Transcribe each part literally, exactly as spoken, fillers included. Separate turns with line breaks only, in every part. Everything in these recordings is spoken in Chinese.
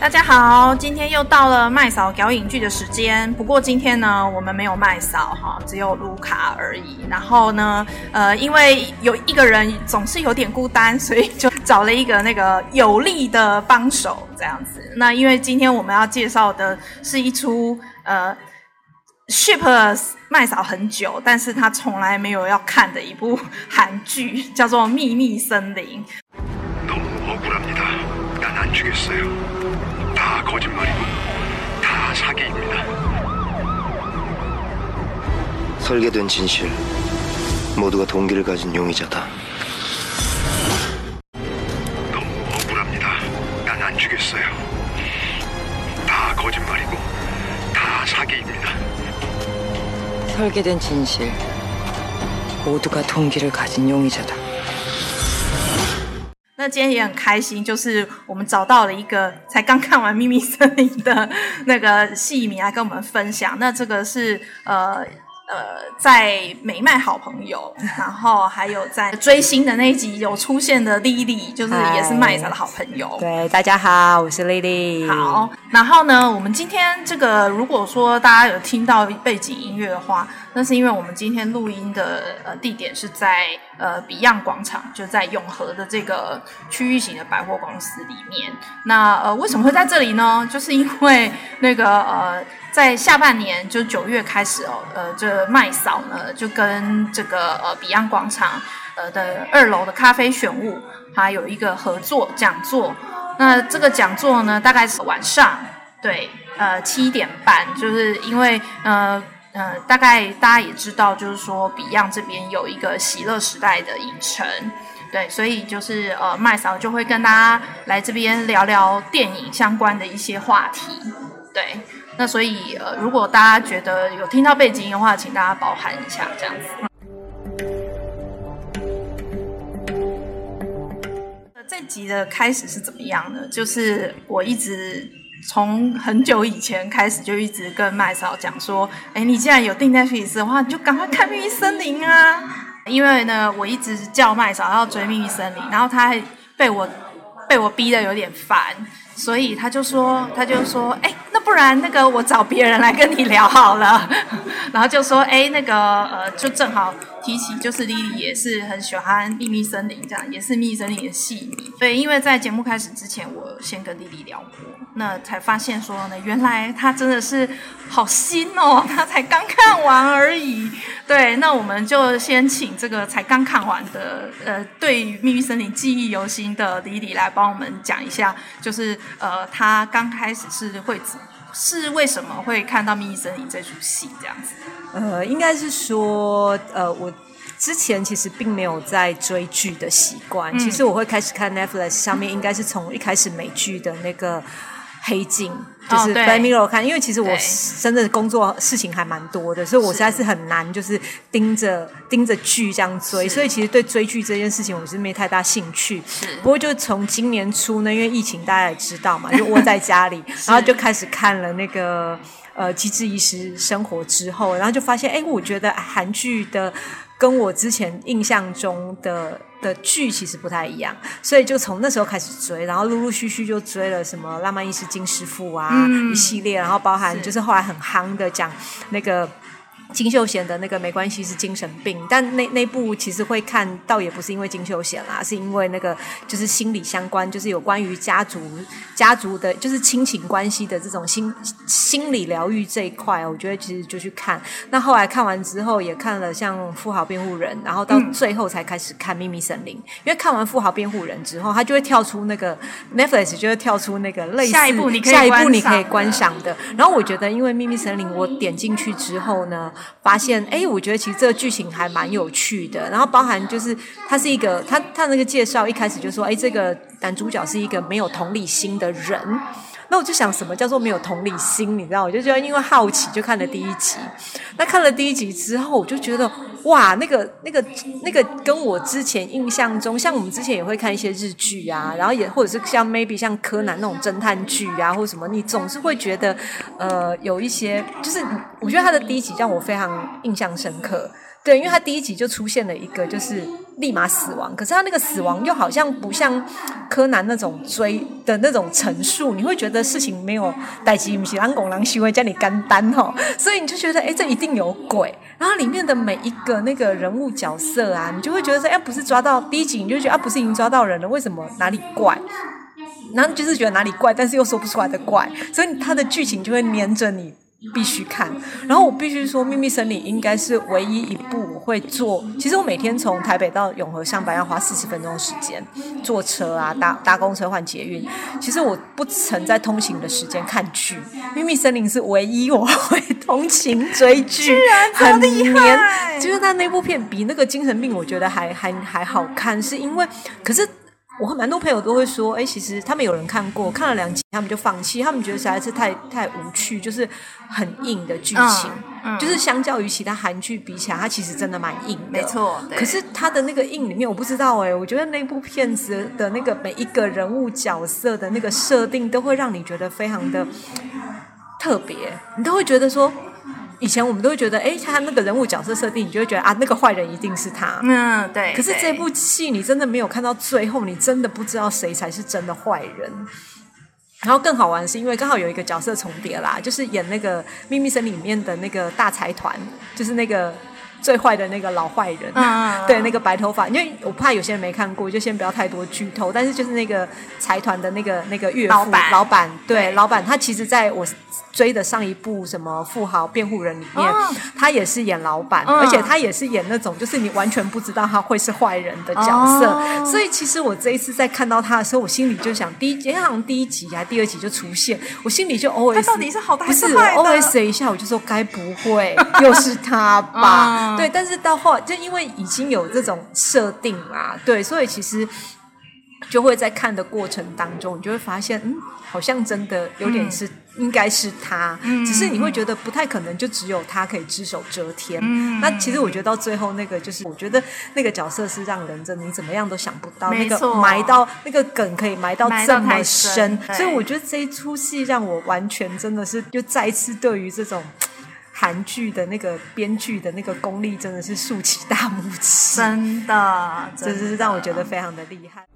大家好，今天又到了麦嫂表影剧的时间。不过今天呢，我们没有麦嫂哈，只有卢卡而已。然后呢，呃，因为有一个人总是有点孤单，所以就找了一个那个有力的帮手这样子。那因为今天我们要介绍的是一出呃 ship 麦嫂很久，但是他从来没有要看的一部韩剧，叫做《秘密森林》。
설계된 진실, 모두가 동기를 가진 용의자다.
너무 억울합니다. 난 안 죽였어요. 다 거짓말이고 다 사기입니다.
설계된 진실, 모두가 동기를 가진 용의자다.
那今天也很开心，就是我们找到了一个才刚看完《秘密森林》的那个戏迷来跟我们分享。那这个是呃呃，在美麦好朋友，然后还有在追星的那一集有出现的莉莉，就是也是麦嫂的好朋友。
对，大家好，我是莉莉。
好，然后呢，我们今天这个如果说大家有听到背景音乐的话，那是因为我们今天录音的呃地点是在呃 Beyond 广场，就在永和的这个区域型的百货公司里面。那呃为什么会在这里呢？就是因为那个呃在下半年就九月开始哦，呃这麦嫂呢就跟这个呃 Beyond 广场呃的二楼的咖啡选物还有一个合作讲座。那这个讲座呢大概是晚上对呃七点半，就是因为呃呃，大概大家也知道，就是说 Beyond 这边有一个喜乐时代的影城，对，所以就是呃，麦嫂就会跟大家来这边聊聊电影相关的一些话题，对，那所以呃，如果大家觉得有听到背景音的话，请大家包涵一下，这样子。这集的开始是怎么样呢？就是我一直从很久以前开始就一直跟麦嫂讲说，哎，你既然有订 Netflix 的话，你就赶快看《秘密森林》啊！因为呢，我一直叫麦嫂要追《秘密森林》，然后他还被我被我逼得有点烦，所以他就说，他就说，哎，那不然那个我找别人来跟你聊好了，然后就说，哎，那个呃，就正好提起，就是莉莉也是很喜欢《秘密森林》，这样也是《秘密森林》的戏迷。对，因为在节目开始之前，我先跟莉莉聊过，那才发现说呢，原来她真的是好新哦，她才刚看完而已。对，那我们就先请这个才刚看完的，呃，对于《秘密森林》记忆犹新的莉莉来帮我们讲一下，就是呃，她刚开始是会是为什么会看到《秘密森林》这出戏这样子？
呃，应该是说，呃，我之前其实并没有在追剧的习惯、嗯，其实我会开始看 Netflix 上面，应该是从一开始美剧的那个黑镜，就是 Black Mirror 看，因为其实我真的工作事情还蛮多的，所以我实在是很难就是盯着盯着剧这样追，所以其实对追剧这件事情我是没太大兴趣。不过就从今年初呢，因为疫情大家也知道嘛，就窝在家里，然后就开始看了那个呃《机智医师生活》之后，然后就发现，哎，我觉得韩剧的跟我之前印象中的的剧其实不太一样，所以就从那时候开始追，然后陆陆续续就追了什么《浪漫医师金师傅》啊、嗯、一系列，然后包含就是后来很夯的讲那个金秀贤的那个没关系是精神病，但那那部其实会看倒也不是因为金秀贤啦，是因为那个就是心理相关，就是有关于家族家族的就是亲情关系的这种心心理疗愈这一块，我觉得其实就去看。那后来看完之后也看了像《富豪辩护人》，然后到最后才开始看《秘密森林》嗯，因为看完《富豪辩护人》之后，他就会跳出那个 Netflix 就会跳出那个类似
下一部你可以
下一部你可以观赏的。然后我觉得因为《秘密森林》我点进去之后呢，发现哎，我觉得其实这个剧情还蛮有趣的，然后包含就是他是一个他他那个介绍一开始就说，哎，这个男主角是一个没有同理心的人。那我就想什么叫做没有同理心，你知道，我就觉得因为好奇就看了第一集。那看了第一集之后，我就觉得哇，那个那个那个跟我之前印象中，像我们之前也会看一些日剧啊，然后也或者是像 maybe 像柯南那种侦探剧啊，或什么，你总是会觉得呃有一些，就是我觉得他的第一集让我非常印象深刻。 对，因为他第一集就出现了一个就是立马死亡，可是他那个死亡又好像不像柯南那种追的那种陈述，你会觉得事情没有代志不是人讲人想的这么简单吼，所以你就觉得哎，这一定有鬼。然后里面的每一个那个人物角色啊，你就会觉得说哎，不是抓到第一集你就觉得啊，不是已经抓到人了，为什么哪里怪？然后就是觉得哪里怪，但是又说不出来的怪，所以他的剧情就会黏着你必须看。然后我必须说秘密森林应该是唯一一部我会坐，其实我每天从台北到永和上班要花四十分钟的时间，坐车啊搭搭公车换捷运，其实我不曾在通勤的时间看剧，秘密森林是唯一我会通勤追剧，
居然
很
厉
黏。
害，
就是他那部片比那个精神病我觉得还还还好看，是因为可是我蛮多朋友都会说哎，其实他们有人看过看了两集他们就放弃，他们觉得实在是太太无趣，就是很硬的剧情、嗯嗯、就是相较于其他韩剧比起来它其实真的蛮硬的，
没错。
可是它的那个硬里面我不知道哎，我觉得那部片子的那个每一个人物角色的那个设定都会让你觉得非常的特别，你都会觉得说以前我们都会觉得哎，他那个人物角色设定你就会觉得啊，那个坏人一定是他，
嗯，对。
可是这部戏你真的没有看到最后，你真的不知道谁才是真的坏人。然后更好玩是因为刚好有一个角色重叠啦，就是演那个秘密森林里面的那个大财团，就是那个最坏的那个老坏人、嗯、对，那个白头发，因为我怕有些人没看过就先不要太多剧透，但是就是那个财团的那个那个岳父老板, 老板 对, 对老板他其实在我追的上一部什么富豪辩护人里面、哦、他也是演老板、嗯、而且他也是演那种就是你完全不知道他会是坏人的角色、哦、所以其实我这一次在看到他的时候我心里就想第一集好像第一集还第二集就出现，我心里就 O S
他到底是好的还是
坏的，
不是
O S 一下我就说该不会又是他吧、嗯、对，但是到后来就因为已经有这种设定啦，对，所以其实就会在看的过程当中你就会发现嗯，好像真的有点是、嗯、应该是他、嗯、只是你会觉得不太可能就只有他可以只手遮天、嗯、那其实我觉得到最后那个就是我觉得那个角色是让人真的你怎么样都想不到，那个埋到那个梗可以埋到这么深，所以我觉得这一出戏让我完全真的是就再一次对于这种韩剧的那个编剧的那个功力真的是竖起大拇指，
真的
这是让我觉得非常的厉害。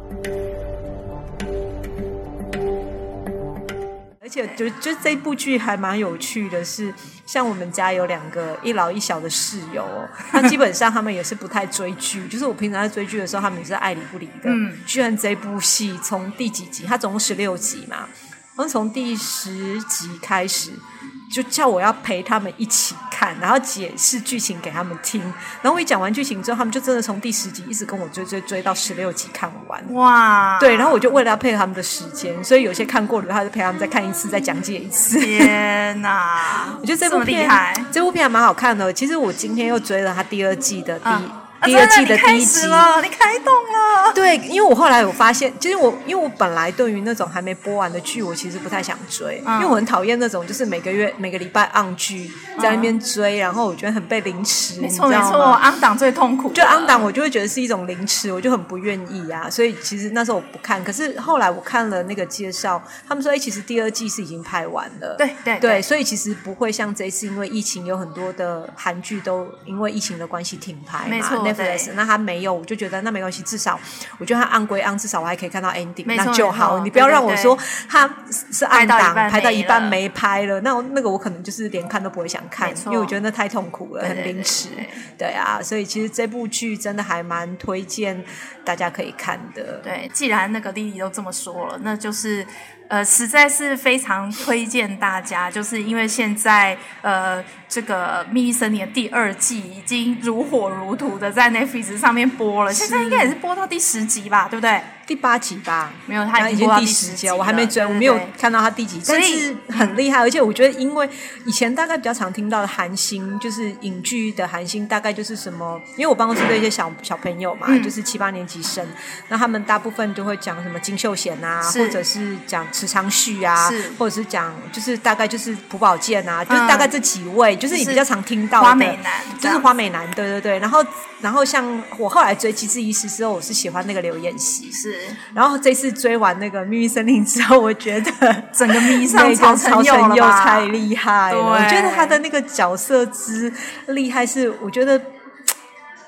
而且就就这部剧还蛮有趣的是，像我们家有两个一老一小的室友哦，那基本上他们也是不太追剧，就是我平常在追剧的时候他们也是爱理不理的、嗯、居然这部戏从第几集，它总共十六集嘛，然后从第十集开始就叫我要陪他们一起看，然后解释剧情给他们听，然后我一讲完剧情之后他们就真的从第十集一直跟我追追追到十六集看完，
哇，
对，然后我就为了要配合他们的时间，所以有些看过了他就陪他们再看一次再讲解一次，
天哪
我觉得这部片
这么厉害，
这部片还蛮好看的。其实我今天又追了他第二季的第、嗯第
二
季的第一集、
啊、你开动了，
对，因为我后来有发现，其实我因为我本来对于那种还没播完的剧我其实不太想追、嗯、因为我很讨厌那种就是每个月每个礼拜 on 剧在那边追、嗯、然后我觉得很被凌迟，
没错没错 on 档最痛苦，
就 on 档我就会觉得是一种凌迟，我就很不愿意啊，所以其实那时候我不看，可是后来我看了那个介绍他们说哎，其实第二季是已经拍完了，
对对 对,
对，所以其实不会像这一次因为疫情有很多的韩剧都因为疫情的关系停拍嘛，
没错
Netflix 那他没有，我就觉得那没关系，至少我觉得他按归按，至少我还可以看到 ending， 那就好。你不要让我说他是按档排到一半没拍了，那那个我可能就是连看都不会想看，因为我觉得那太痛苦了，
对对对对，
很凌迟。对啊，所以其实这部剧真的还蛮推荐大家可以看的。
对，既然那个莉莉都这么说了，那就是呃，实在是非常推荐大家，就是因为现在呃，这个《秘密森林》的第二季已经如火如荼的在 Netflix 上面播了，现在应该也是播到第十集吧，对不对？
第八集吧，
没有，他
已经播到第十集了，我还没追，对对对，我没有看到他第几集，但是很厉害。而且我觉得，因为以前大概比较常听到的韩星，就是影剧的韩星，大概就是什么，因为我办公室的一些小小朋友嘛，嗯、就是七八年级生，那他们大部分就会讲什么金秀贤啊，或者是讲池昌旭啊，或者是讲就是大概就是朴宝剑啊，嗯、就是大概这几位，就是你比较常听到的
花美男，
就是花美男，对对对。然后然后像我后来追《机智医师》之后，我是喜欢那个刘演熙，
是。
然后这次追完那个《秘密森林》之后，我觉得
整个迷上曹承佑了吧，
太厉害了。我觉得他的那个角色之厉害是，我觉得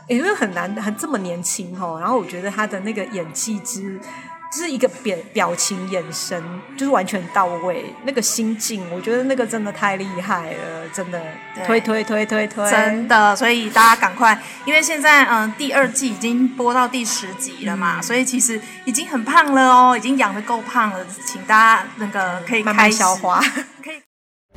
因为很难很这么年轻哦，然后我觉得他的那个演技之就是一个表表情眼神就是完全到位，那个心境我觉得那个真的太厉害了，真的推推推推推
真的，所以大家赶快，因为现在嗯第二季已经播到第十集了嘛、嗯、所以其实已经很胖了哦，已经养得够胖了，请大家那个可以
慢慢消化
可以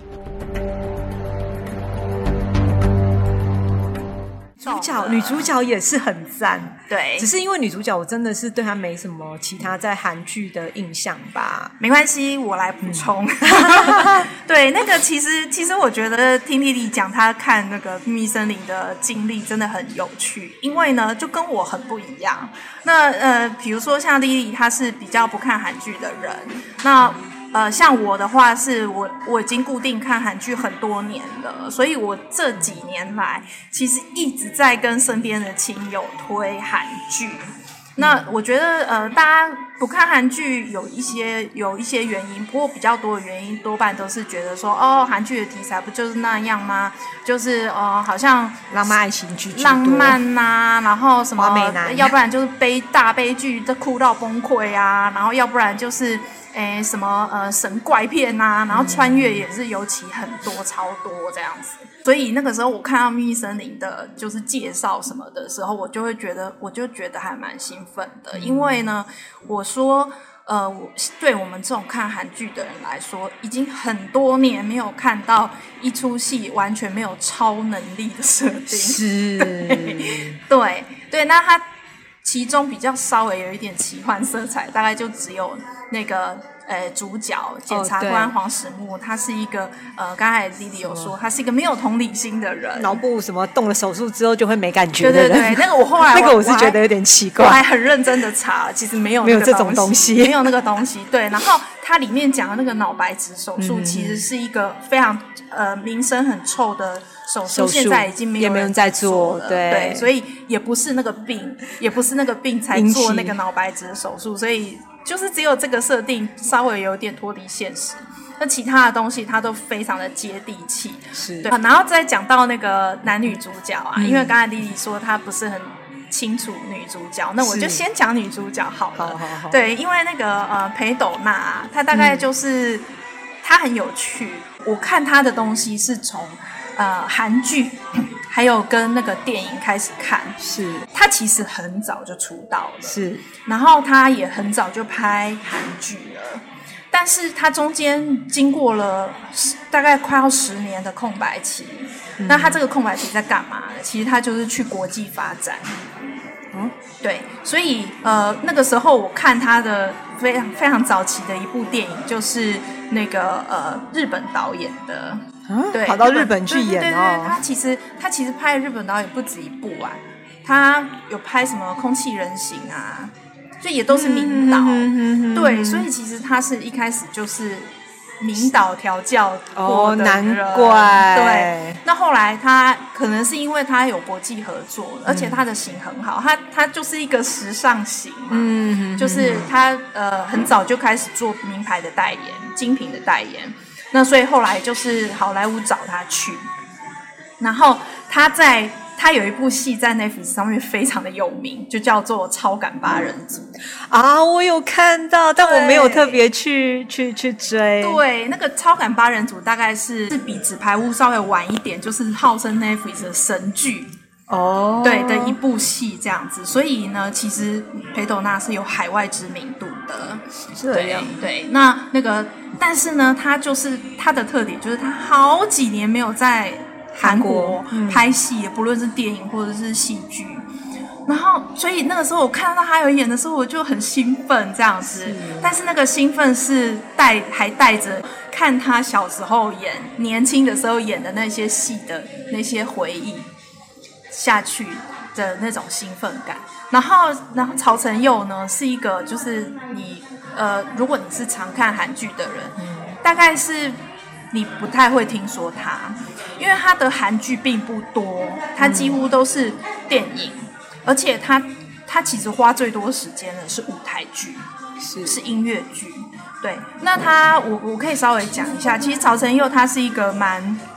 主角女主角也是很赞，
对，
只是因为女主角我真的是对她没什么其他在韩剧的印象吧。
没关系，我来补充、嗯、对，那个其实其实我觉得听莉莉讲她看那个秘密森林的经历真的很有趣，因为呢就跟我很不一样。那呃比如说像莉莉她是比较不看韩剧的人，那呃，像我的话是我我已经固定看韩剧很多年了，所以我这几年来其实一直在跟身边的亲友推韩剧。那我觉得呃，大家不看韩剧有一些有一些原因，不过比较多的原因多半都是觉得说，哦，韩剧的题材不就是那样吗？就是呃，好像
浪漫爱情剧，
浪漫呐、啊，然后什么，
美男，
要不然就是悲大悲剧，都哭到崩溃啊，然后要不然就是诶什么呃神怪片呐、啊，然后穿越也是尤其很多超多这样子。所以那个时候我看到秘密森林的就是介绍什么的时候，我就会觉得我就觉得还蛮兴奋的，因为呢我说呃我对我们这种看韩剧的人来说，已经很多年没有看到一出戏完全没有超能力的设定。
是
对对对，那它其中比较稍微有一点奇幻色彩，大概就只有那个呃，主角检察官黄始木、哦、他是一个呃，刚才莉莉有说，他是一个没有同理心的人，
脑部什么动了手术之后就会没感觉的人。
对对对，那个我后来
那个我是觉得有点奇怪，
我还很认真的查，其实没有那个
没有这种东西，
没有那个东西。对，然后它里面讲的那个脑白质手术，其实是一个非常呃名声很臭的手术，现在已经没有人
在做了，
对对，所以也不是那个病，也不是那个病才做那个脑白质手术，所以。就是只有这个设定稍微有点脱离现实，那其他的东西它都非常的接地气。
是，
对。然后再讲到那个男女主角啊，嗯、因为刚才莉莉说她不是很清楚女主角，那我就先讲女主角好了。
好好好。
对，因为那个呃裴斗娜、啊，她大概就是、嗯、她很有趣，我看她的东西是从呃韩剧。还有跟那个电影开始看，
是
他其实很早就出道了，
是，
然后他也很早就拍韩剧了，但是他中间经过了大概快要十年的空白期，嗯、那他这个空白期在干嘛呢？其实他就是去国际发展，嗯，对，所以呃那个时候我看他的非常非常早期的一部电影，就是那个呃日本导演的。
啊、对，跑到日本去演哦。
对对对，他其实他其实拍的日本导演不止一部啊，他有拍什么《空气人形》啊，就也都是名导。嗯、对，所以其实他是一开始就是名导调教过的人。
哦，难怪。
对，那后来他可能是因为他有国际合作，而且他的型很好，他他就是一个时尚型嘛，嗯，就是他呃很早就开始做名牌的代言、精品的代言。那所以后来就是好莱坞找他去，然后他在他有一部戏在 Netflix 上面非常的有名，就叫做《超感八人组》
啊，我有看到，但我没有特别去去去追。
对，那个《超感八人组》大概是是比《纸牌屋》稍微晚一点，就是号称 Netflix 的神剧。
哦，
对的一部戏这样子，所以呢，其实裴斗娜是有海外知名度的，
这样
对。对，那那个，但是呢，他就是他的特点就是他好几年没有在韩国拍戏，嗯、不论是电影或者是戏剧。然后，所以那个时候我看到他有演的时候，我就很兴奋这样子。是但是那个兴奋是带还带着看他小时候演、年轻的时候演的那些戏的那些回忆。下去的那种兴奋感，然后，然后曹承佑呢是一个，就是你呃，如果你是常看韩剧的人，嗯、大概是你不太会听说他，因为他的韩剧并不多，他几乎都是电影，嗯、而且他他其实花最多时间的是舞台剧，是是音乐剧，对。那他我我可以稍微讲一下，其实曹承佑他是一个蛮。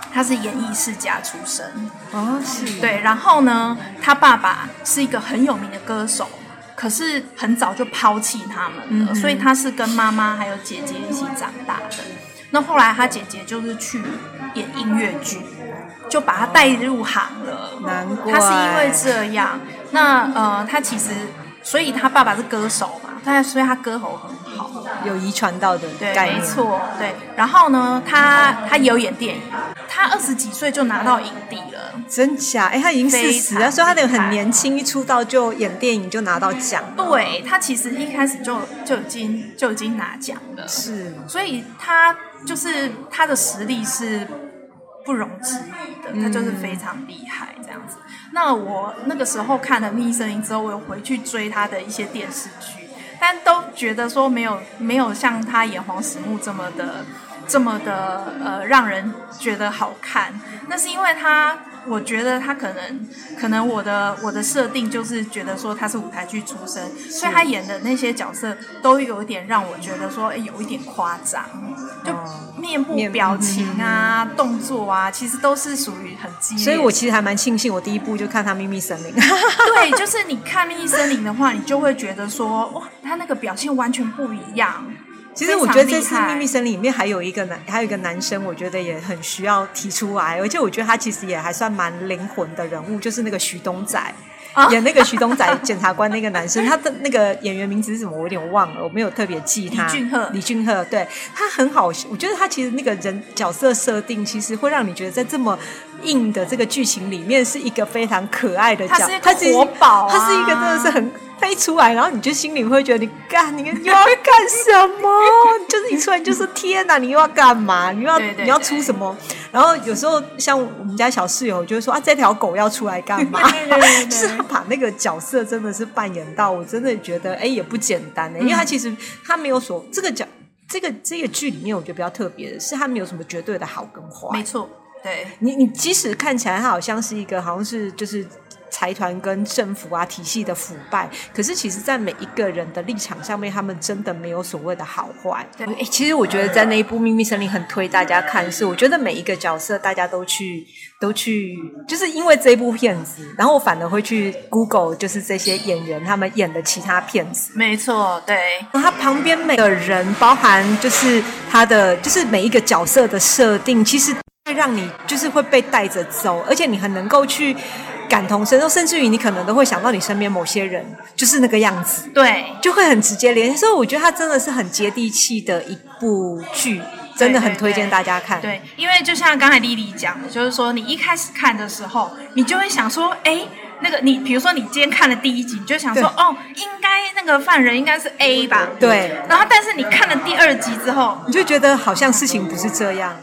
他是演艺世家出身
哦，是
对，然后呢，他爸爸是一个很有名的歌手。可是很早就抛弃他们了，嗯、所以他是跟妈妈还有姐姐一起长大的。那后来他姐姐就是去演音乐剧，就把他带入行了。
难怪
他是因为这样。那呃，他其实，所以他爸爸是歌手嘛，但所以他歌喉很好，
有遗传到的概念。
对，没错，对。然后呢，他他有演电影，他二十几岁就拿到影帝了。
真假？哎，他已经四十了，所以他那个很年轻，一出道就演电影就拿到奖。
对，他其实一开始就就已经就已经拿奖了，
是，
所以他就是他的实力是不容置疑的，他就是非常厉害这样子。那我那个时候看了《秘密森林》之后，我有回去追他的一些电视剧，但都觉得说没有没有像他演黄始木这么的这么的呃让人觉得好看。那是因为他。我觉得他可能，可能我的我的设定就是觉得说他是舞台剧出身，所以他演的那些角色都有一点让我觉得说，哎，有一点夸张，就面部表情啊、动作啊，其实都是属于很激烈。
所以我其实还蛮庆幸，我第一部就看他《秘密森林》。
对，就是你看《秘密森林》的话，你就会觉得说，哇，他那个表现完全不一样。
其实我觉得这次《秘密森林》里面还有一个男，还有一个男生，我觉得也很需要提出来，而且我觉得他其实也还算蛮灵魂的人物，就是那个徐东仔。啊、演那个徐东仔检察官那个男生，他的那个演员名字是什么？我有点忘了，我没有特别记他。
李俊赫，
李俊赫，对，他很好，我觉得他其实那个人角色设定，其实会让你觉得在这么硬的这个剧情里面，是一个非常可爱的角色。
他是一个活宝、啊，
他是一个真的是很。飞出来，然后你就心里会觉得你干，你又要干什么？就是你出来就是天哪，你又要干嘛？你又要
对对对，
你要出什么？然后有时候像我们家小室友就会说啊，这条狗要出来干嘛？
对对对对，
就是他把那个角色真的是扮演到，我真的觉得哎也不简单哎、欸，因为他其实他没有所这个角这个这个剧里面，我觉得比较特别的是他没有什么绝对的好跟坏，
没错，对
你你即使看起来他好像是一个好像是就是。财团跟政府啊体系的腐败，可是其实在每一个人的立场上面，他们真的没有所谓的好坏。对，欸、其实我觉得在那一部《秘密森林》很推大家看，是我觉得每一个角色大家都去都去，就是因为这一部片子，然后我反而会去 Google， 就是这些演员他们演的其他片子。
没错，对。
然后他旁边每个人，包含就是他的，就是每一个角色的设定，其实会让你就是会被带着走，而且你很能够去。感同身受，甚至于你可能都会想到你身边某些人就是那个样子，
对，
就会很直接联系。所以我觉得它真的是很接地气的一部剧，真的很推荐大家看。
对，对对，因为就像刚才莉莉讲的，就是说你一开始看的时候，你就会想说，哎，那个你比如说你今天看了第一集，你就想说，哦，应该那个犯人应该是 A 吧？
对。
然后，但是你看了第二集之后，
你就觉得好像事情不是这样。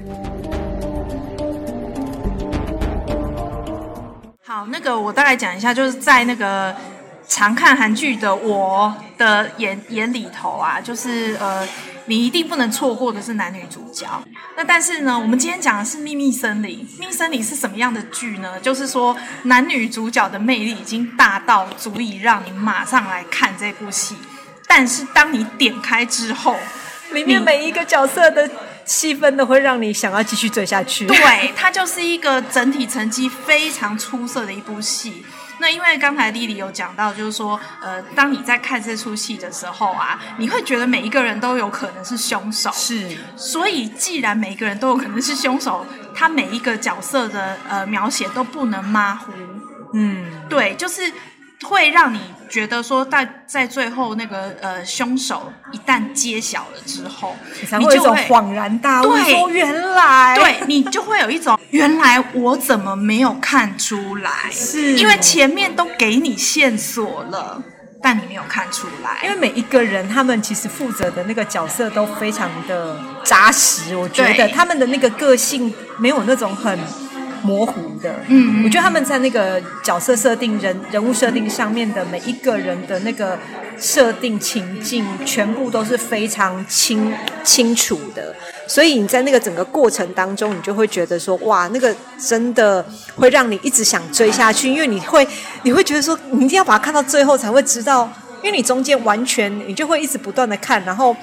好，那个我大概讲一下，就是在那个常看韩剧的我的眼眼里头啊，就是呃，你一定不能错过的是男女主角。那但是呢，我们今天讲的是《秘密森林》，《秘密森林》是什么样的剧呢？就是说男女主角的魅力已经大到足以让你马上来看这部戏，但是当你点开之后，
里面每一个角色的气氛都会让你想要继续追下去。
对，它就是一个整体成绩非常出色的一部戏。那因为刚才莉莉有讲到，就是说，呃，当你在看这出戏的时候啊，你会觉得每一个人都有可能是凶手。
是，
所以既然每一个人都有可能是凶手，他每一个角色的呃描写都不能马虎。
嗯，
对，就是。会让你觉得说在在最后那个呃凶手一旦揭晓了之后，
你才会有一种恍然大悟，说原来，
对你就会有一种原来我怎么没有看出来？
是
因为前面都给你线索了，但你没有看出来。
因为每一个人他们其实负责的那个角色都非常的扎实，我觉得他们的那个个性没有那种很。模糊的，嗯，我觉得他们在那个角色设定、人人物设定上面的每一个人的那个设定情境，全部都是非常清清楚的。所以你在那个整个过程当中，你就会觉得说，哇，那个真的会让你一直想追下去，因为你会你会觉得说，你一定要把它看到最后才会知道，因为你中间完全你就会一直不断的看，然后。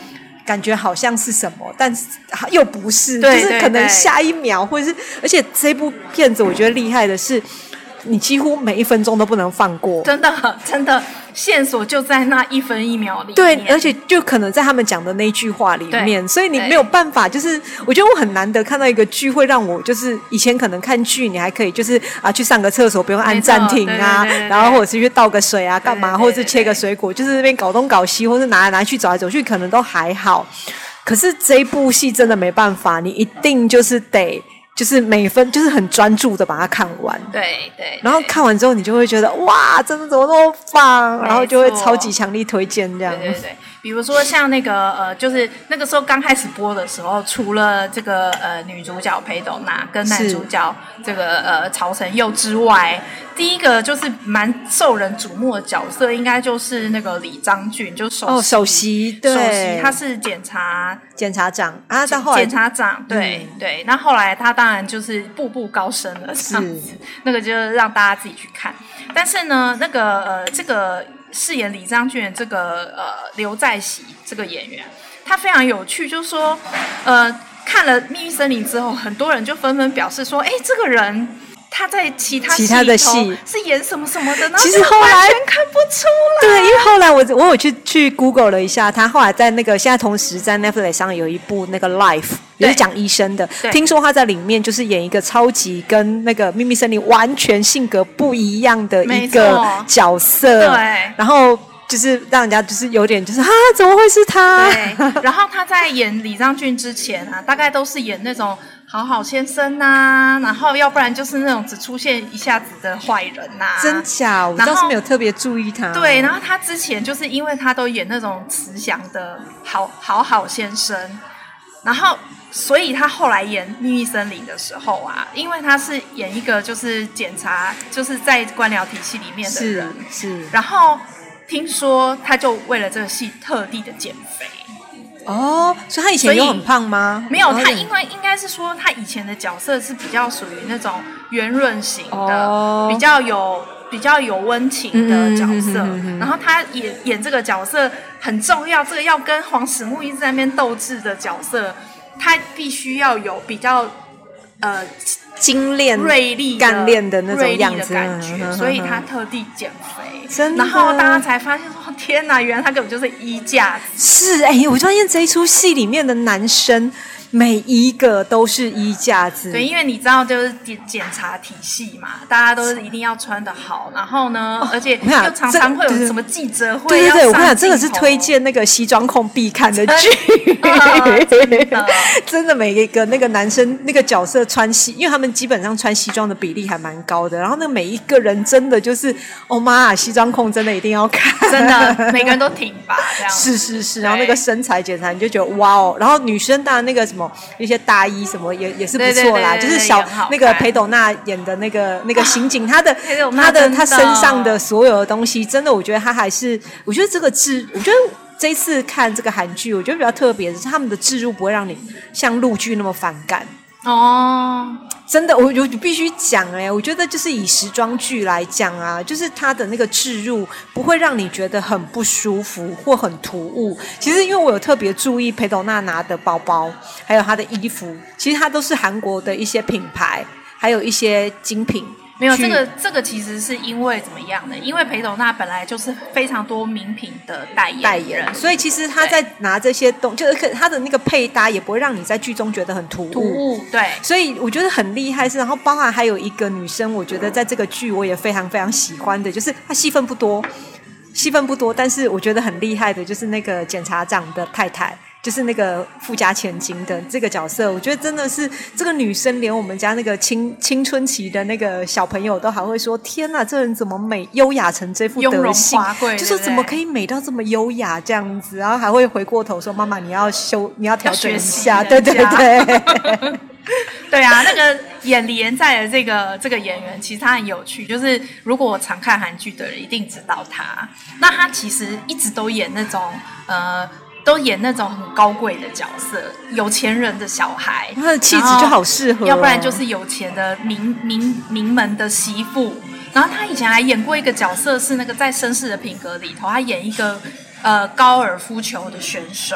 感觉好像是什么，但是又不是，
对
就是可能下一秒或者是，而且这部片子我觉得厉害的是，你几乎每一分钟都不能放过，
真的真的线索就在那一分一秒里面。
对，而且就可能在他们讲的那句话里面，所以你没有办法，就是我觉得我很难得看到一个剧会让我就是以前可能看剧你还可以就是啊去上个厕所不用按暂停啊，
对对对对，
然后或者是去倒个水啊干嘛，
对对对对，
或者是切个水果，就是那边搞东搞西，或是拿来拿去走来走去可能都还好。可是这一部戏真的没办法，你一定就是得就是每分就是很专注的把它看完，
对 对, 对，
然后看完之后你就会觉得哇，真的怎么那么棒，然后就会超级强力推荐这样。
对对对，比如说像那个呃，就是那个时候刚开始播的时候，除了这个呃女主角裴斗娜跟男主角这个呃曹承佑之外，第一个就是蛮受人瞩目的角色，应该就是那个李章俊，就是首席、
哦、首席对，
首席他是检察
检察长啊，到后来
检察长对、嗯、对，那后来他当然就是步步高升了这样子，那个就是让大家自己去看。但是呢，那个呃这个饰演李章俊的这个呃刘在熙这个演员，他非常有趣，就是说呃看了《秘密森林》之后，很多人就纷纷表示说，哎，这个人他在其他
其他的戏
是演什么什么的，然后
其实后来
完全看不出来。
对，因为后来我我有去去 Google 了一下，他后来在那个现在同时在 Netflix 上有一部那个 Life， 也是讲医生的，听说他在里面就是演一个超级跟那个秘密森林完全性格不一样的一个角色，
对，
然后就是让人家就是有点就是啊，怎么会是他？
对，然后他在演李章俊之前啊，大概都是演那种好好先生呐、啊，然后要不然就是那种只出现一下子的坏人呐、啊。
真假？我倒是没有特别注意他。
对，然后他之前就是因为他都演那种慈祥的好好好先生，然后所以他后来演《秘密森林》的时候啊，因为他是演一个就是检察，就是在官僚体系里面的人，
是，是
然后听说他就为了这个戏特地的减肥。
哦，所以他以前有很胖吗？
没有，他因为应该是说他以前的角色是比较属于那种圆润型的，哦、比较有比较有温情的角色。嗯、哼哼哼然后他演演这个角色很重要，这个要跟黄始木一直在那边斗智的角色，他必须要有比较呃
精炼、
锐利、
干练的那种样子
的感觉，嗯、所以他特地减肥，
真的。
然后大家才发现说。天哪！原来他根本就是衣架子。
是哎、欸，我发现这一出戏里面的男生每一个都是衣架子。
对，因为你知道，就是检检察体系嘛，大家都是一定要穿得好，然后呢，哦、而且又常常会有什么记者会。
对对对，我跟你讲，这个是推荐那个西装控必看的剧。
呃、真的，
真的每一个那个男生那个角色穿西，因为他们基本上穿西装的比例还蛮高的，然后那每一个人真的就是，哦妈啊，西装控真的一定要看，
真的。每个人都挺拔这样，
是是是，然后那个身材检查你就觉得哇哦，然后女生当然那个什么一些大衣什么也也是不错啦，
对对对对对，
就是小那个裴斗娜演的那个那个刑警，她的
她
的她身上的所有的东西，真的我觉得她还是，我觉得这个置，我觉得这一次看这个韩剧，我觉得比较特别的是他们的置入不会让你像陆剧那么反感
哦。
真的，我我必须讲哎、欸，我觉得就是以时装剧来讲啊，就是它的那个置入不会让你觉得很不舒服或很突兀。其实因为我有特别注意裴斗娜拿的包包，还有她的衣服，其实它都是韩国的一些品牌，还有一些精品。
没有，这个这个其实是因为怎么样呢？因为裴斗娜本来就是非常多名品的代言
代言，所以其实他在拿这些东，就是他的那个配搭也不会让你在剧中觉得很突兀。
突兀，对。
所以我觉得很厉害是，然后包含还有一个女生，我觉得在这个剧我也非常非常喜欢的，就是她戏份不多，戏份不多，但是我觉得很厉害的，就是那个检察长的太太。就是那个富家千金的这个角色，我觉得真的是这个女生，连我们家那个青青春期的那个小朋友都还会说：天哪，这人怎么美优雅成这副德性？就说怎么可以美到这么优雅这样子？然后还会回过头说：妈妈，你要修，你要调整一下。对对对。
对啊，那个演李延在的这个这个演员，其实他很有趣。就是如果我常看韩剧的人，一定知道他。那他其实一直都演那种呃。都演那种很高贵的角色，有钱人的小孩，
他的气质就好适合、哦，
要不然就是有钱的名名名门的媳妇。然后他以前还演过一个角色，是那个在绅士的品格里头，他演一个呃高尔夫球的选手。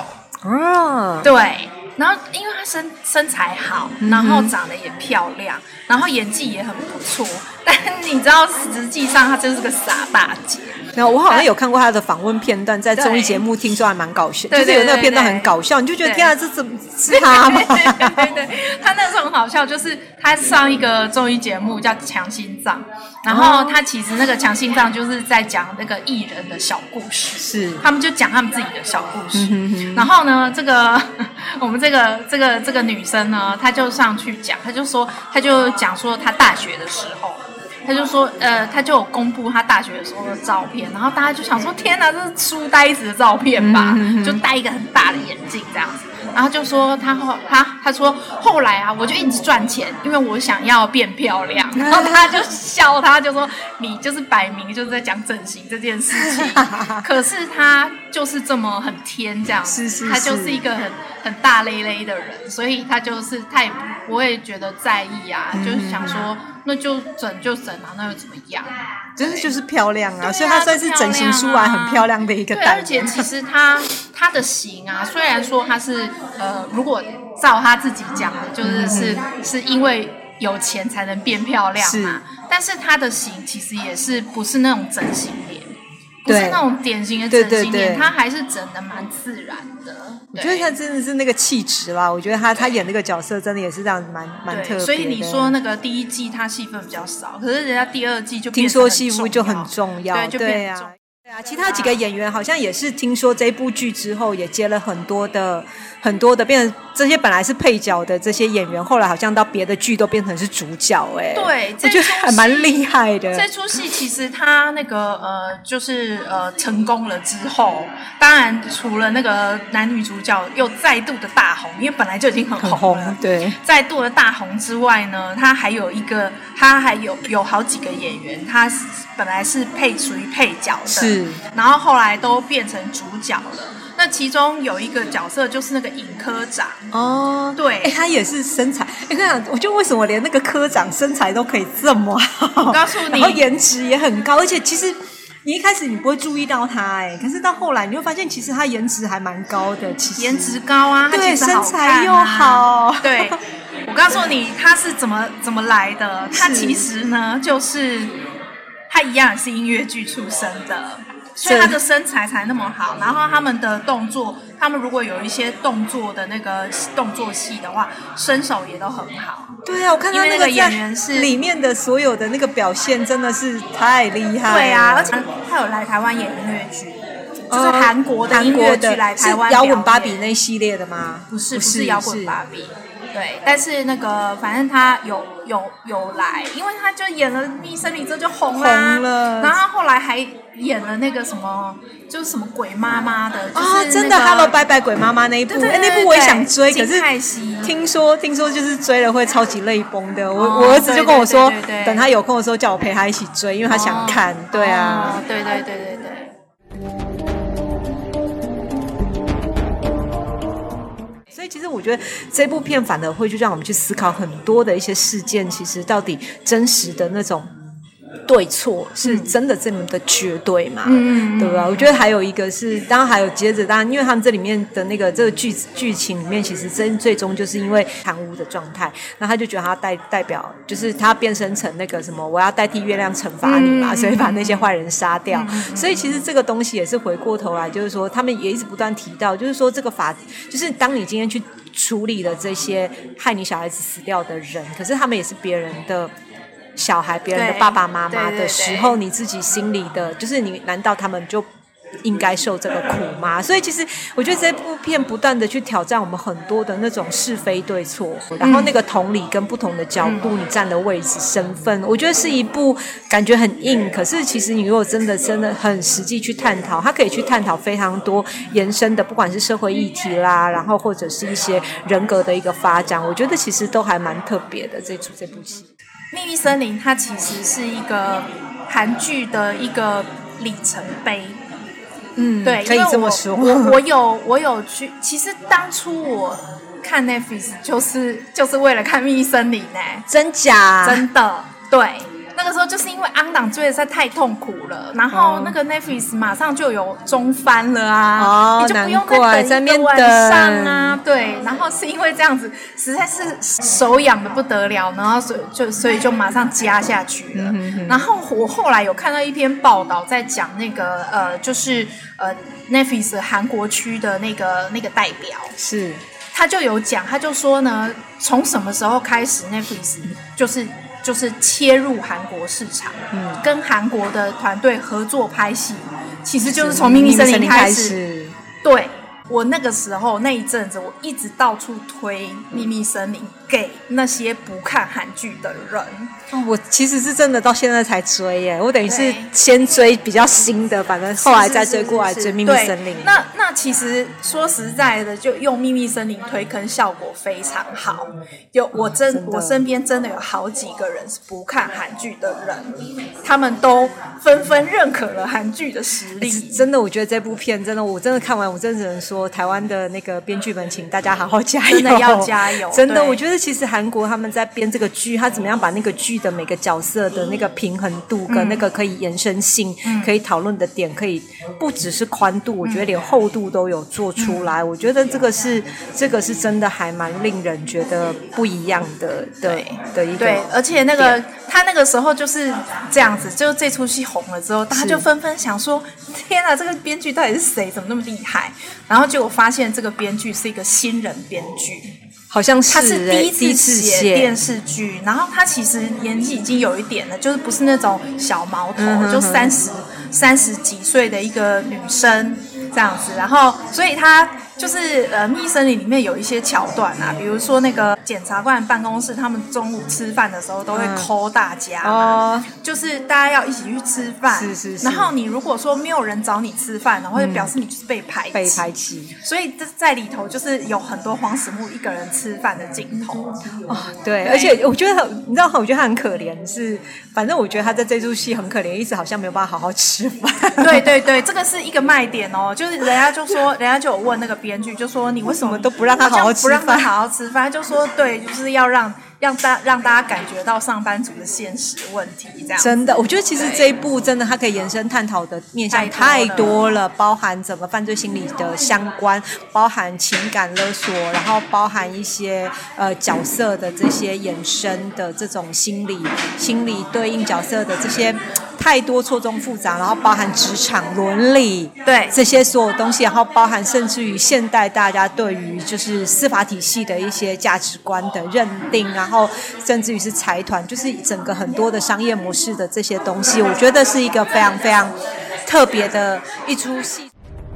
哦，
对。然后因为她身身材好，然后长得也漂亮，然后演技也很不错，但你知道实际上她就是个傻大姐。
然后我好像有看过她的访问片段，在综艺节目听说还蛮搞笑，就是有那个片段很搞笑，你就觉得天啊，这怎么是她吗？
对对对对，她那时候很好笑，就是她上一个综艺节目叫《强心脏》，然后她其实那个强心脏就是在讲那个艺人的小故事，
是
他们就讲他们自己的小故事。
嗯哼哼，
然后呢，这个我们这个这个这个女生呢，她就上去讲，她就说，她就讲说她大学的时候。他就说，呃，他就有公布他大学的时候的照片，然后大家就想说，天哪，这是书呆子的照片吧？嗯、就戴一个很大的眼镜这样子，然后就说他后他他说后来啊，我就一直赚钱，因为我想要变漂亮，然后他就笑他，就说你就是摆明就是在讲整形这件事情，可是他就是这么很天这样子，
是是是，
他就是一个很很大咧咧的人，所以他就是他也不不会觉得在意啊，嗯、就是想说。那就整就整啊，那又怎么样？
就是就是漂亮啊，所以她算是整形出来很漂亮的一个代表。
对，而且其实她她的型啊，虽然说她是呃，如果照她自己讲的，就是、嗯、是是因为有钱才能变漂亮嘛，但是她的型其实也是不是那种整形脸。不是那种典型的整形脸，他还是整得蛮自然的。
我觉得他真的是那个气质啦，我觉得他他演那个角色真的也是这样蛮蛮特别的。
所以你说那个第一季他戏份比较少，可是人家第二季就
听说戏份就很重要，
对，就变很重要。
对啊，其他几个演员好像也是听说这部剧之后也接了很多的很多的，变成这些本来是配角的这些演员，后来好像到别的剧都变成是主角哎、欸。
对，
我觉得还蛮厉害的。
这出戏其实他那个呃，就是呃成功了之后，当然除了那个男女主角又再度的大红，因为本来就已经很红了，
很红对，
再度的大红之外呢，他还有一个，他还有有好几个演员，他本来是配属于配角的。
是。
然后后来都变成主角了。那其中有一个角色就是那个尹科长
哦，
对，
哎，他也是身材，哎，跟你讲，我就为什么连那个科长身材都可以这么好？
我告诉你，
然后颜值也很高，而且其实你一开始你不会注意到他，哎，可是到后来你会发现，其实他颜值还蛮高的，其实
颜值高啊，
对，
他其实好看啊、
身材又好，
对。我告诉你，他是怎么怎么来的？他其实呢，就是他一样是音乐剧出身的。所以他的身材才那么好，然后他们的动作，他们如果有一些动作的那个动作戏的话，身手也都很好。
对啊，我看他那
个演员是
里面的所有的那个表现真的是太厉害了。
对啊，而且他有来台湾演音乐剧，就是韩国的音乐剧来台湾表演。
是摇滚芭比那系列的吗？
不是，不是摇滚芭比。对，但是那个反正他有有有来，因为他就演了《秘密森林》之后就红啦，
红了，
然后他后来还演了那个什么，就是什么鬼妈妈的，就是、那个、
啊，真的 ，Hello 拜拜鬼妈妈那一部，哎，那部我也想追，可是听说听说就是追了会超级泪崩的。我、哦、我儿子就跟我说，
对对对对对
等他有空的时候叫我陪他一起追，因为他想看。哦、对啊、
哦，对对对对对。
所以其实我觉得这部片反而会就让我们去思考很多的一些事件，其实到底真实的那种对错是真的这么的绝对嘛？嗯，对吧？我觉得还有一个是，当然还有接着，当然因为他们这里面的那个这个剧剧情里面，其实真最终就是因为贪污的状态，那他就觉得他代代表就是他变身成那个什么，我要代替月亮惩罚你嘛，嗯、所以把那些坏人杀掉。嗯、所以其实这个东西也是回过头来，就是说他们也一直不断提到，就是说这个法，就是当你今天去处理了这些害你小孩子死掉的人，可是他们也是别人的小孩，别人的爸爸妈妈的时候，你自己心里的就是你难道他们就应该受这个苦吗？所以其实我觉得这部片不断的去挑战我们很多的那种是非对错，然后那个同理跟不同的角度你站的位置身份，我觉得是一部感觉很硬，可是其实你如果真的真的很实际去探讨，它可以去探讨非常多延伸的，不管是社会议题啦，然后或者是一些人格的一个发展，我觉得其实都还蛮特别的。这出这部戏
秘密森林它其实是一个韩剧的一个里程碑。
嗯，
对，
可以这么说。
我我有我有去，其实当初我看 Netflix 就是就是为了看秘密森林呢、欸，
真假？
真的，对。 那个时候就是因为昂档追的实在太痛苦了，然后那个 Netflix 马上就有中翻了啊，
哦，
你就不用再等一个晚上啊，对，然后是因为这样子实在是手痒的不得了，然后所以就所以就马上加下去了。嗯、哼哼然后我后来有看到一篇报道，在讲那个呃，就是呃 Netflix 韩国区的那个那个代表
是。
他就有讲，他就说呢，从什么时候开始 Netflix 就是就是切入韩国市场，嗯，跟韩国的团队合作拍戏，其实就是从《秘密森林》开始。对，我那个时候那一阵子，我一直到处推《秘密森林》给那些不看韩剧的人。
哦、我其实是真的到现在才追耶，我等于是先追比较新的，反正后来再追过来追《秘密森林》。
那那其实说实在的，就用《秘密森林》推坑效果非常好。有我真, 真我身边真的有好几个人是不看韩剧的人，他们都纷纷认可了韩剧的实力。
真的，我觉得这部片真的，我真的看完，我真的只能说，台湾的那个编剧们，请大家好好加油，
真的要加油。
真的，我觉得其实韩国他们在编这个剧，他怎么样把那个剧的每个角色的那个平衡度跟那个可以延伸性、嗯、可以讨论的点，可以不只是宽度，我觉得连厚度都有做出来。嗯、我觉得这个是这个是真的还蛮令人觉得不一样的的的一个。
对，而且那个他那个时候就是这样子，就这出戏红了之后，大家就纷纷想说：天啊，这个编剧到底是谁？怎么那么厉害？然后结果发现这个编剧是一个新人编剧。
好像是、欸、
他是第一次写电视剧，然后他其实年纪已经有一点了，就是不是那种小毛头，嗯、哼哼就三十三十几岁的一个女生这样子，然后所以他就是呃，《秘密森林》里面有一些桥段啊，比如说那个检察官办公室，他们中午吃饭的时候都会 call 大家嘛、嗯哦，就是大家要一起去吃饭，
是是是。
然后你如果说没有人找你吃饭，然后就表示你就是被排挤，
被排挤。
所以在里头就是有很多黄始木一个人吃饭的镜头。
哦，对，对而且我觉得你知道，我觉得他很可怜，是反正我觉得他在这出戏很可怜，一直好像没有办法好好吃饭。
对对对，这个是一个卖点哦，就是人家就说，人家就有问那个编剧，就说你为什么
都不让他好好吃饭？
不让他好好吃饭，就说对，就是要让让大让大家感觉到上班族的现实问题，这样。
真的，我觉得其实这一部真的它可以延伸探讨的面向太多了，包含整个犯罪心理的相关，包含情感勒索，然后包含一些呃角色的这些衍生的这种心理心理对应角色的这些太多错综复杂，然后包含职场伦理，
对
这些所有东西，然后包含甚至于现代大家对于就是司法体系的一些价值观的认定，然后甚至于是财团，就是整个很多的商业模式的这些东西，我觉得是一个非常非常特别的一出戏。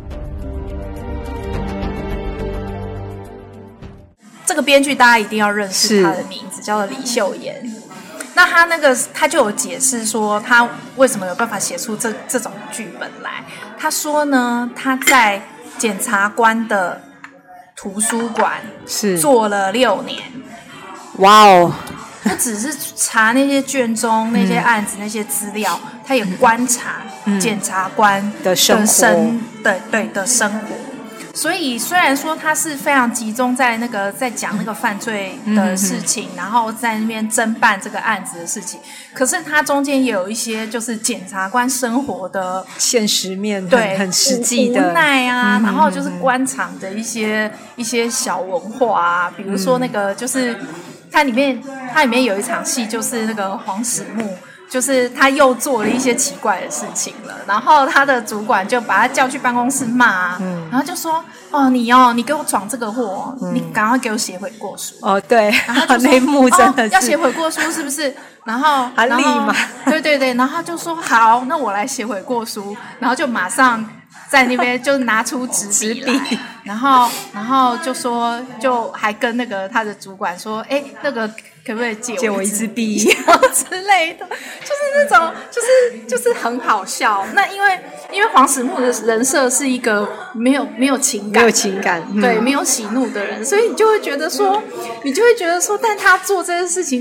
这个编剧大家一定要认识他的名字，叫做李秀妍。那他那个他就有解释说，他为什么有办法写出这这种剧本来。他说呢，他在检察官的图书馆
是
做了六年。
哇哦！
不只是查那些卷宗、那些案子、那些资料，他也观察检察官
的生活，
对对的生活。所以虽然说他是非常集中在那个在讲那个犯罪的事情、嗯、然后在那边侦办这个案子的事情，可是他中间也有一些就是检察官生活的
现实面，
对，
很实际的
无奈啊、嗯、然后就是官场的一些一些小文化啊，比如说那个就是它里面它里面有一场戏，就是那个黄始木，就是他又做了一些奇怪的事情了，然后他的主管就把他叫去办公室骂、嗯、然后就说哦你哦你给我闯这个祸、嗯、你赶快给我写悔过书。
哦对，
然后就说
那一幕真的是、
哦、要写悔过书是不是？然后
他立马
对对对，然后就说好，那我来写悔过书，然后就马上在那边就拿出纸笔来，然后然后就说，就还跟那个他的主管说，哎，那个可不可以借我
借我一支笔
之类的，就是那种就是就是很好笑。那因为因为黄始木的人设是一个没有没有情感
没有情感、嗯、
对，没有喜怒的人，所以你就会觉得说你就会觉得说但他做这件事情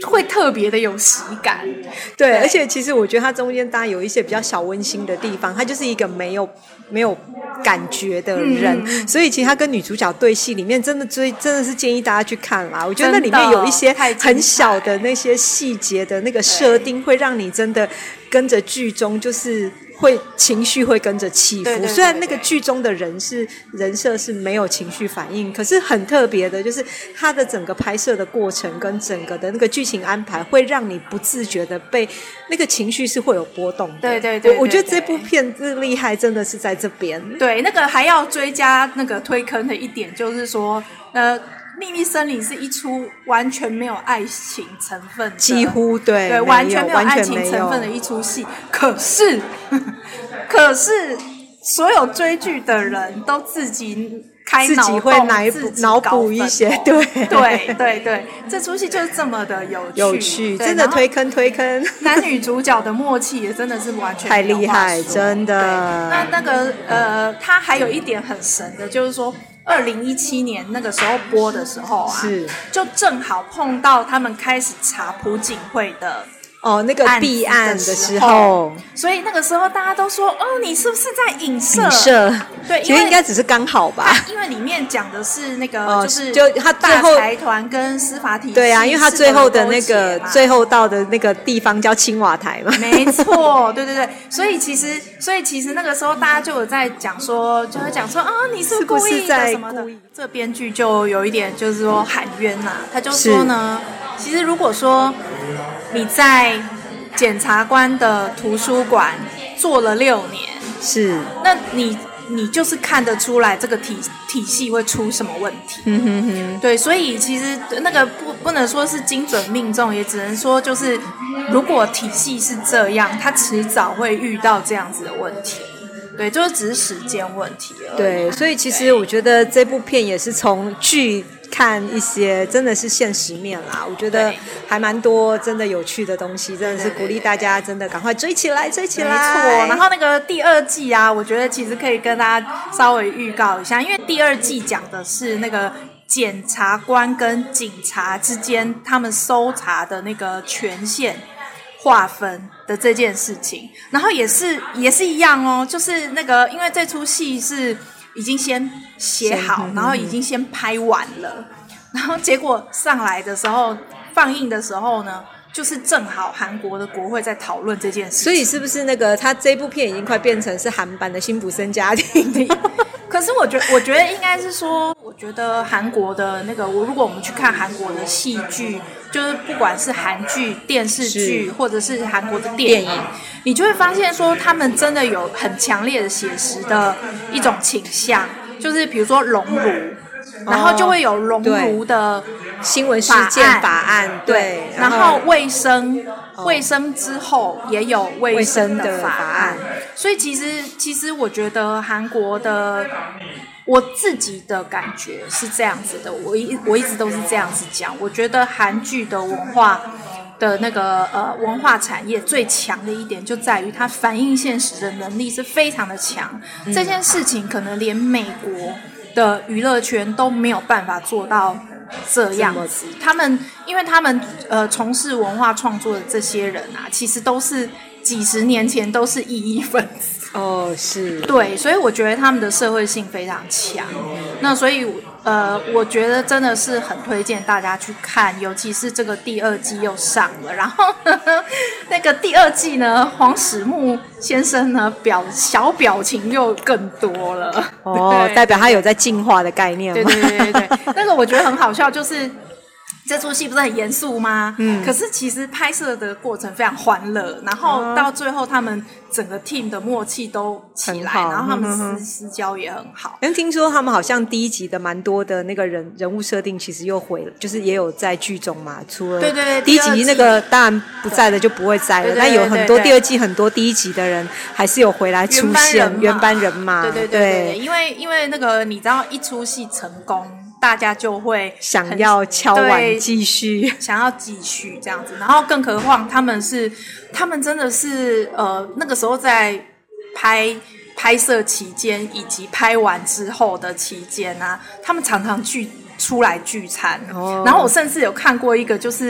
会特别的有喜感。
对，对而且其实我觉得它中间当然有一些比较小温馨的地方，它就是一个没有没有感觉的人、嗯、所以其实他跟女主角对戏里面真的追真的是建议大家去看啦。我觉得那里面有一些很小的那些细节的那个设定会让你真的跟着剧中就是会情绪会跟着起伏。对对对对，虽然那个剧中的人是人设是没有情绪反应，可是很特别的就是他的整个拍摄的过程跟整个的那个剧情安排会让你不自觉的被那个情绪是会有波动的。
对对 对, 对, 对, 对，
我觉得这部片最厉害真的是在这边。
对，那个还要追加那个推坑的一点就是说呃秘密森林是一出完全没有爱情成分的，
几乎对
对完全没有爱情成分的一出戏，可是可是所有追剧的人都自己开脑洞，自己会
脑补一些，对
对对对，这出戏就是这么的有趣，
有趣，真的推坑推坑。
男女主角的默契也真的是完全
太厉害，真的。
那那个呃，他还有一点很神的，就是说。二零一七年那个时候播的时候啊，
是
就正好碰到他们开始查朴槿惠的
哦那个弊案的时候，
所以那个时候大家都说哦，你是不是在影射？
影射
对，
其实应该只是刚好吧，
因为里面讲的是那个、哦、就是
就他最后
大财团跟司法体系，
对啊，因为他最后的那个最后到的那个地方叫青瓦台嘛，
没错，对对对，所以其实所以其实那个时候大家就有在讲说，就会讲说啊，你是不是故意的什么的。这个编剧就有一点就是说喊冤呐、啊，他就说呢，其实如果说你在检察官的图书馆做了六年，
是，
那你你就是看得出来这个体体系会出什么问题。
嗯哼哼，
对，所以其实那个不不能说是精准命中，也只能说就是如果体系是这样，它迟早会遇到这样子的问题。对，就是只是时间问题而已。
对，所以其实我觉得这部片也是从剧看一些真的是现实面啦，我觉得还蛮多真的有趣的东西，真的是鼓励大家真的赶快追起来追起来。
没错，然后那个第二季啊，我觉得其实可以跟大家稍微预告一下，因为第二季讲的是那个检察官跟警察之间他们搜查的那个权限划分的这件事情，然后也是也是一样哦，就是那个因为这出戏是已经先写好，然后已经先拍完了，然后结果上来的时候放映的时候呢，就是正好韩国的国会在讨论这件事情，
所以是不是那个他这部片已经快变成是韩版的辛普森家庭？
可是我觉得，我觉得应该是说，我觉得韩国的那个，我如果我们去看韩国的戏剧，就是不管是韩剧、电视剧，或者是韩国的电影，你就会发现说，他们真的有很强烈的写实的一种倾向，就是比如说熔炉，然后就会有熔炉的
新闻事件法案，对，
然后卫生。卫生之后也有卫生的法案，所以其实其实我觉得韩国的我自己的感觉是这样子的，我一我一直都是这样子讲，我觉得韩剧的文化的那个呃文化产业最强的一点就在于它反映现实的能力是非常的强，嗯、这件事情可能连美国的娱乐圈都没有办法做到这样子，他们因为他们呃从事文化创作的这些人啊，其实都是几十年前都是异议分子
哦，是
对，所以我觉得他们的社会性非常强。那所以呃，我觉得真的是很推荐大家去看，尤其是这个第二季又上了，然后呵呵那个第二季呢，黄始木先生呢表小表情又更多了
哦，代表他有在进化的概念吗？
对对对对对，那个我觉得很好笑，就是这出戏不是很严肃吗？嗯，可是其实拍摄的过程非常欢乐，然后到最后他们整个 team 的默契都起来，然后他们私私交也很好。
因为听说他们好像第一集的蛮多的那个人人物设定，其实又回了，就是也有在剧中嘛。除了
对对对，
第一集那个当然不在的就不会在了，但有很多第二季很多第一集的人还是有回来出现，原班人马。
对对对 对, 对, 对，因为因为那个你知道一出戏成功，大家就会
想要敲碗继续，
想要继续这样子。然后更何况他们是，他们真的是呃那个时候在拍拍摄期间以及拍完之后的期间啊，他们常常聚出来聚餐。哦，然后我甚至有看过一个，就是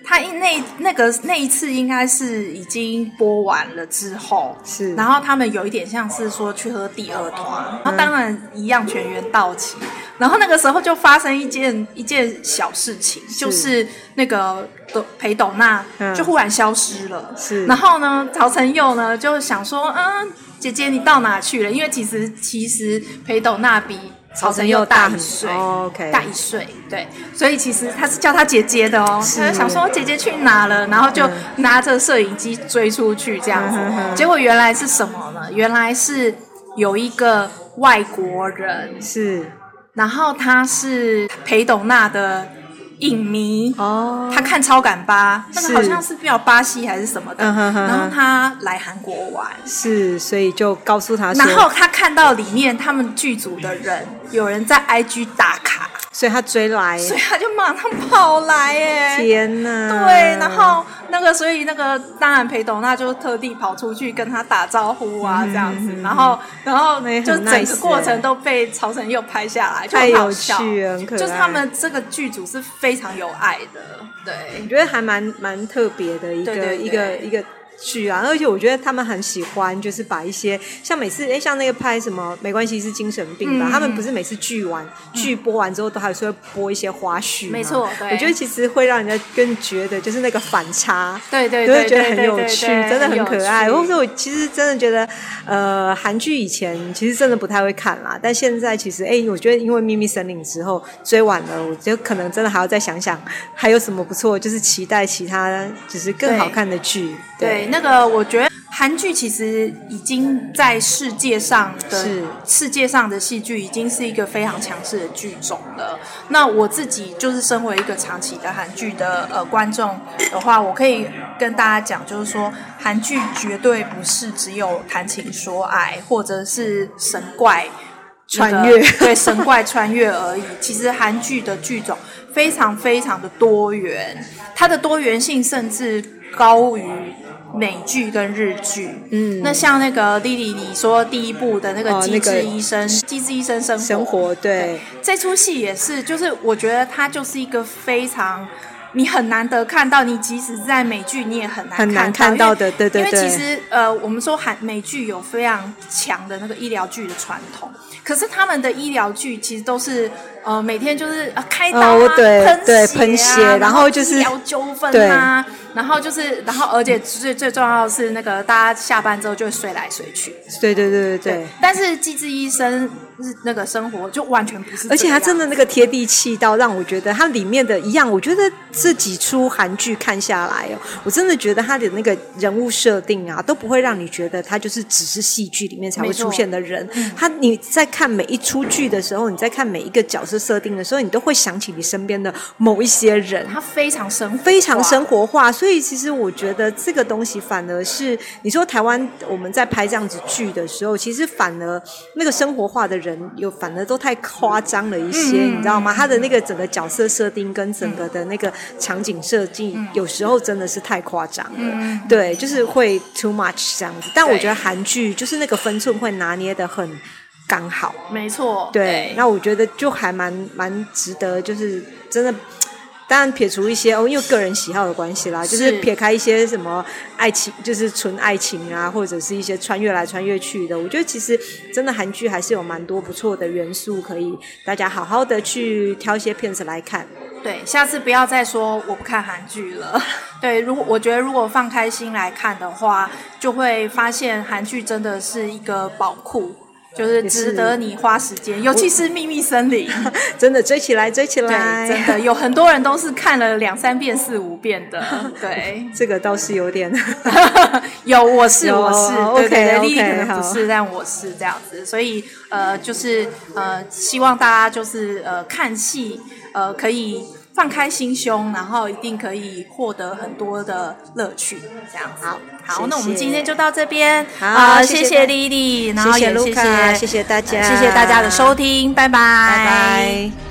他那那个那一次应该是已经播完了之后，
是，
然后他们有一点像是说去喝第二团，然后当然一样全员到齐，然后那个时候就发生一件一件小事情，是就是那个裴斗娜就忽然消失了，
嗯、是，
然后呢，曹承佑呢就想说，嗯，姐姐你到哪去了？因为其实其实裴斗娜比曹承佑大一岁、
哦 okay、
大一岁，对，所以其实他是叫他姐姐的哦，他就想说姐姐去哪了，然后就拿着摄影机追出去这样子、嗯、结果原来是什么呢？原来是有一个外国人，
是，
然后他是裴斗娜的影迷
哦，
他看超感巴，那个好像是叫巴西还是什么的、嗯、哼哼，然后他来韩国玩，
是，所以就告诉他说，
然后他看到里面他们剧组的人有人在 I G 打卡，
所以他追来，
所以他就马上跑来耶！
天哪！
对，然后那个，所以那个当然裴斗娜就特地跑出去跟他打招呼啊，嗯、这样子，然后然后就整个过程都被曹承佑拍下来，就很好笑，
太有趣了，很可爱。
就是他们这个剧组是非常有爱的，对，
我觉得还蛮蛮特别的一个对对对一个一个。剧啊，而且我觉得他们很喜欢，就是把一些像每次哎，像那个拍什么没关系是精神病吧、嗯，他们不是每次剧完、嗯、剧播完之后都还是会播一些花絮，
没错，对，
我觉得其实会让人家更觉得就是那个反差，
对对
对，就会觉得很有趣，
对对对对
真的很可爱。或者我其实真的觉得，呃，韩剧以前其实真的不太会看啦，但现在其实哎，我觉得因为秘密森林之后追完了，我觉得可能真的还要再想想还有什么不错，就是期待其他就是更好看的剧，
对，对那个我觉得。韩剧其实已经在世界上的世界上的戏剧已经是一个非常强势的剧种了。那我自己就是身为一个长期的韩剧的呃观众的话，我可以跟大家讲，就是说韩剧绝对不是只有谈情说爱或者是神怪
穿越、那
个、对神怪穿越而已。其实韩剧的剧种非常非常的多元，它的多元性甚至高于美剧跟日剧，嗯，那像那个莉莉你说第一部的那个《机智医生》，《机智医生生活》，
生活对，
对这出戏也是，就是我觉得它就是一个非常你很难得看到，你即使在美剧你也很难看到
很难看到的，对对对。
因为其实呃，我们说韩美剧有非常强的那个医疗剧的传统，可是他们的医疗剧其实都是呃每天就是呃开刀啊、
哦、对
喷
对
血啊，
喷血，然后就是
医疗纠纷啊。然后就是，然后而且最最重要的是，那个大家下班之后就会睡来睡去。
对对对对 对,
对。但是《机智医生》那个生活就完全不是这样，
而且他真的那个贴地气到让我觉得它里面的一样，我觉得这几出韩剧看下来哦，我真的觉得他的那个人物设定啊，都不会让你觉得他就是只是戏剧里面才会出现的人。他你在看每一出剧的时候，你在看每一个角色设定的时候，你都会想起你身边的某一些人，
他非常生活化，
非常生活化。所以其实我觉得这个东西反而是你说台湾我们在拍这样子剧的时候，其实反而那个生活化的人有反而都太夸张了一些、嗯、你知道吗？他的那个整个角色设定跟整个的那个场景设计、嗯、有时候真的是太夸张了、嗯、对，就是会 too much 这样子。但我觉得韩剧就是那个分寸会拿捏得很刚好，
没错，
对,
对
那我觉得就还蛮蛮值得，就是真的当然撇除一些哦，因为个人喜好的关系啦，就是撇开一些什么爱情，就是纯爱情啊，或者是一些穿越来穿越去的，我觉得其实真的韩剧还是有蛮多不错的元素，可以大家好好的去挑一些片子来看。
对，下次不要再说我不看韩剧了。对，如果我觉得如果放开心来看的话，就会发现韩剧真的是一个宝库。就是值得你花时间，尤其是《秘密森林》，
真的追起来，追起来，
对，真的有很多人都是看了两三遍、四五遍的。对，
这个倒是有点
有，我是我是，对对对，丽丽
okay,
可能不是，但我是这样子，所以呃，就是呃，希望大家就是呃看戏呃可以放开心胸，然后一定可以获得很多的乐趣，这样子。好，好，谢谢，那我们今天就到这边。好，呃、谢谢丽丽，然后也谢谢
卢卡，谢谢大家，
谢谢大家的收听，拜拜，
拜拜。